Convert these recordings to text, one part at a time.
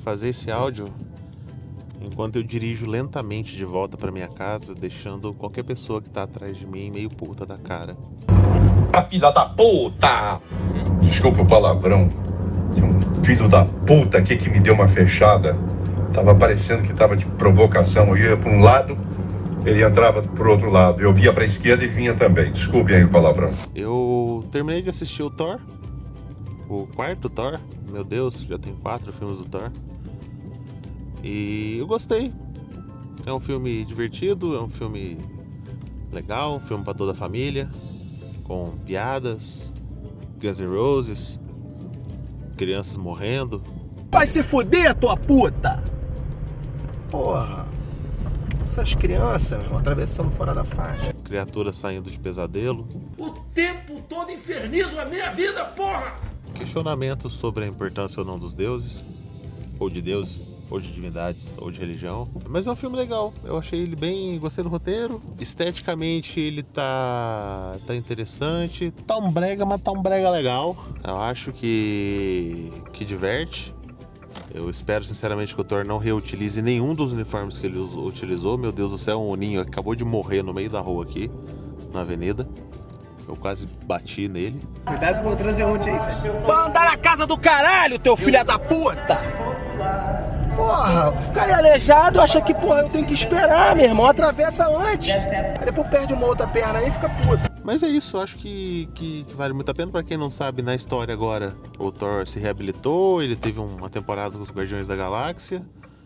fazer esse áudio enquanto eu dirijo lentamente de volta para minha casa, deixando qualquer pessoa que tá atrás de mim meio puta da cara. A filha da puta! Desculpa o palavrão. Tem um filho da puta aqui que me deu uma fechada. Tava parecendo que tava de provocação. Eu ia para um lado, ele entrava pro outro lado. Eu via pra esquerda e vinha também. Desculpe aí o palavrão. Eu terminei de assistir o Thor, o quarto Thor. Meu Deus, já tem 4 filmes do Thor. E eu gostei. É um filme divertido, é um filme legal, um filme pra toda a família, com piadas, Guns N' Roses, crianças morrendo. Vai se fuder, tua puta! Porra, essas crianças, meu irmão, atravessando fora da faixa. Criaturas saindo de pesadelo. O tempo todo infernizo a minha vida, porra! Questionamentos sobre a importância ou não dos deuses, ou de deuses, ou de divindades, ou de religião. Mas é um filme legal, eu achei ele bem... Gostei do roteiro. Esteticamente ele tá interessante. Tá um brega, mas tá um brega legal. Eu acho que diverte. Eu espero sinceramente que o Thor não reutilize nenhum dos uniformes que ele utilizou. Meu Deus do céu, um Oninho acabou de morrer no meio da rua aqui, na avenida. Eu quase bati nele. Cuidado com o transeunte aí, velho. Vai andar na casa do caralho, teu filho da puta! Porra, o cara é aleijado, acha que, porra, eu tenho que esperar, meu irmão, atravessa antes. Aí depois perde uma outra perna aí e fica puta. Mas é isso, acho que vale muito a pena. Pra quem não sabe, na história agora, o Thor se reabilitou, ele teve uma temporada com os Guardiões da Galáxia,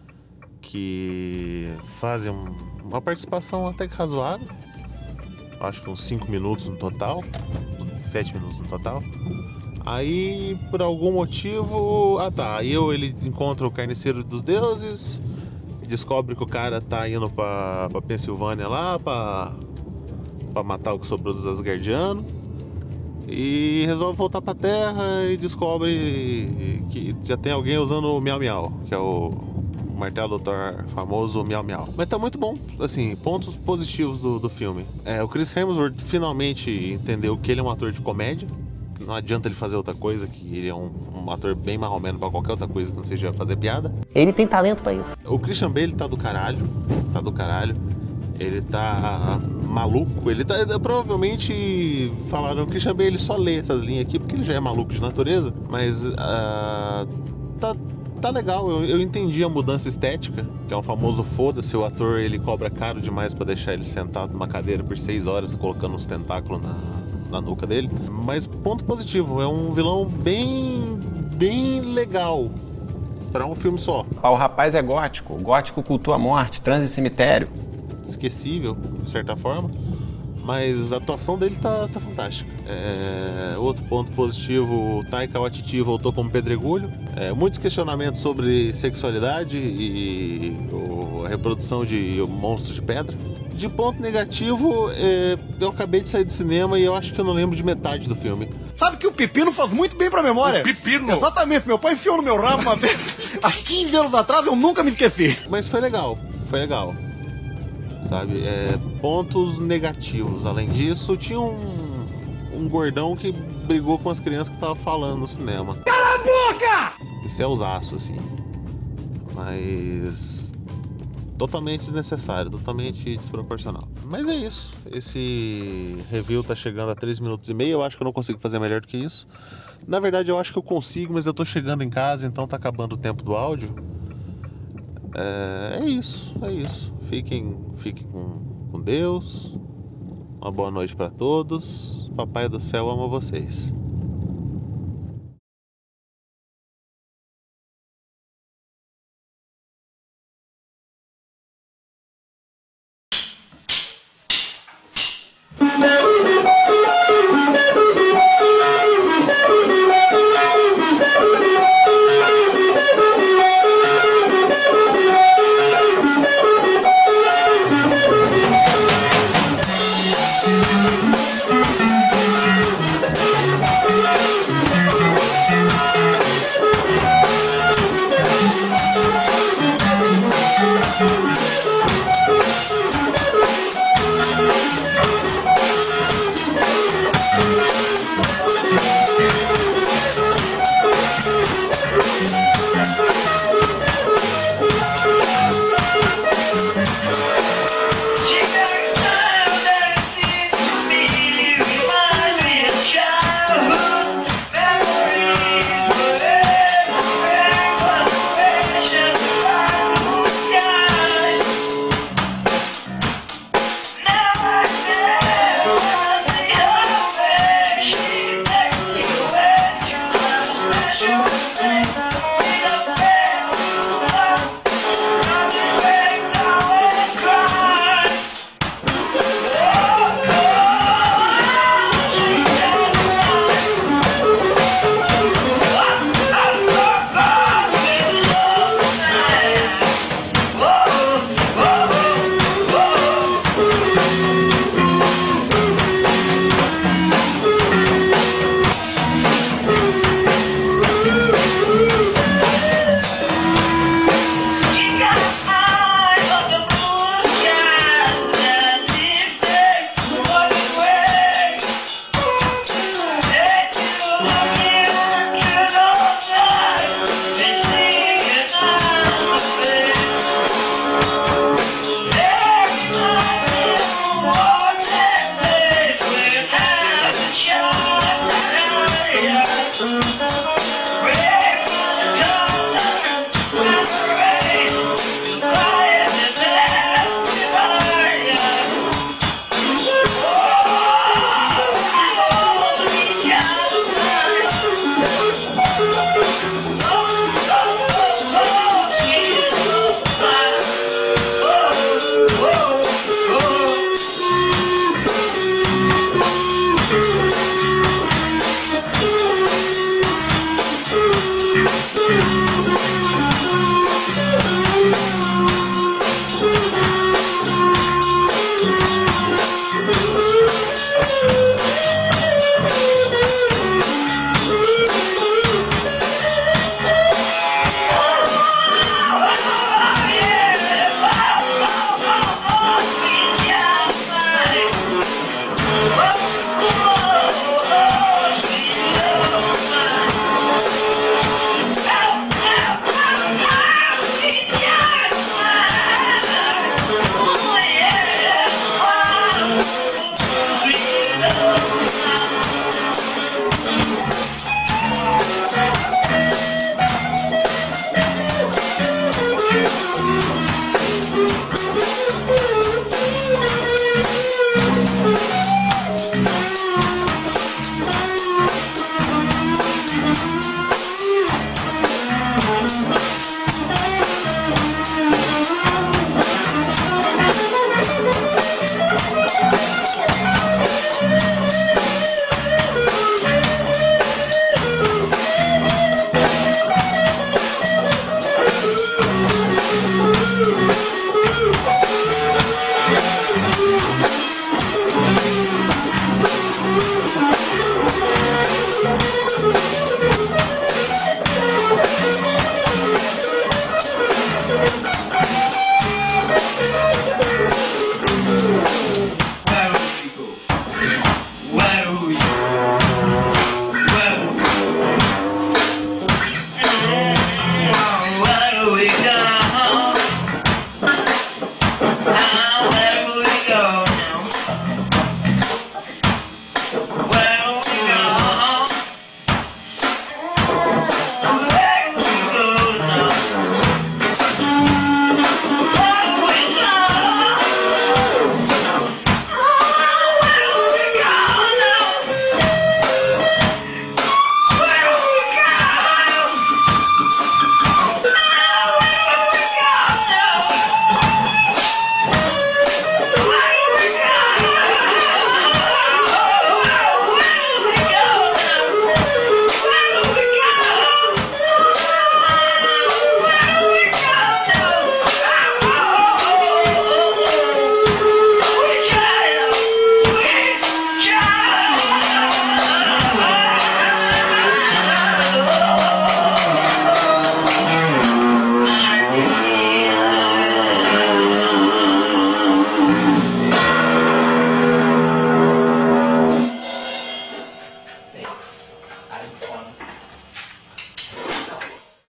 que fazem uma participação até que razoável. Acho que uns 5 minutos no total, 7 minutos no total. Aí, por algum motivo... Aí ele encontra o Carniceiro dos Deuses, descobre que o cara tá indo pra Pensilvânia lá, pra matar o que sobrou dos Asgardianos, e resolve voltar pra Terra e descobre que já tem alguém usando o Miau Miau, que é o martelo do Thor famoso Miau Miau. Mas tá muito bom, assim, pontos positivos do filme. O Chris Hemsworth finalmente entendeu que ele é um ator de comédia. Não adianta ele fazer outra coisa, que ele é um ator bem marromeno pra qualquer outra coisa que não seja fazer piada. Ele tem talento pra isso. O Christian Bale tá do caralho. Ele tá maluco. Ele tá... Provavelmente falaram que o Christian Bale só lê essas linhas aqui porque ele já é maluco de natureza. Mas tá legal. Eu entendi a mudança estética, que é o famoso foda-se. O ator ele cobra caro demais pra deixar ele sentado numa cadeira por 6 horas colocando os tentáculos na nuca dele. Mas ponto positivo, é um vilão bem legal para um filme só. O rapaz é gótico, o gótico cultua a morte, transa em cemitério. Esquecível, de certa forma, mas a atuação dele tá fantástica. Outro ponto positivo, o Taika Waititi voltou como pedregulho. Muitos questionamentos sobre sexualidade e a reprodução de monstros de pedra. De ponto negativo, eu acabei de sair do cinema e eu acho que eu não lembro de metade do filme. Sabe que o pepino faz muito bem pra memória? O pepino? Exatamente, meu pai enfiou no meu rabo uma vez. Há 15 anos atrás eu nunca me esqueci. Mas foi legal. Sabe, pontos negativos. Além disso, tinha um gordão que brigou com as crianças que estavam falando no cinema. Cala a boca! Isso é usaço, assim. Mas... totalmente desnecessário, totalmente desproporcional. Mas é isso. Esse review tá chegando a 3 minutos e meio. Eu acho que eu não consigo fazer melhor do que isso. Na verdade, eu acho que eu consigo, mas eu tô chegando em casa, então tá acabando o tempo do áudio. É isso. Fiquem com Deus. Uma boa noite pra todos. Papai do céu ama vocês.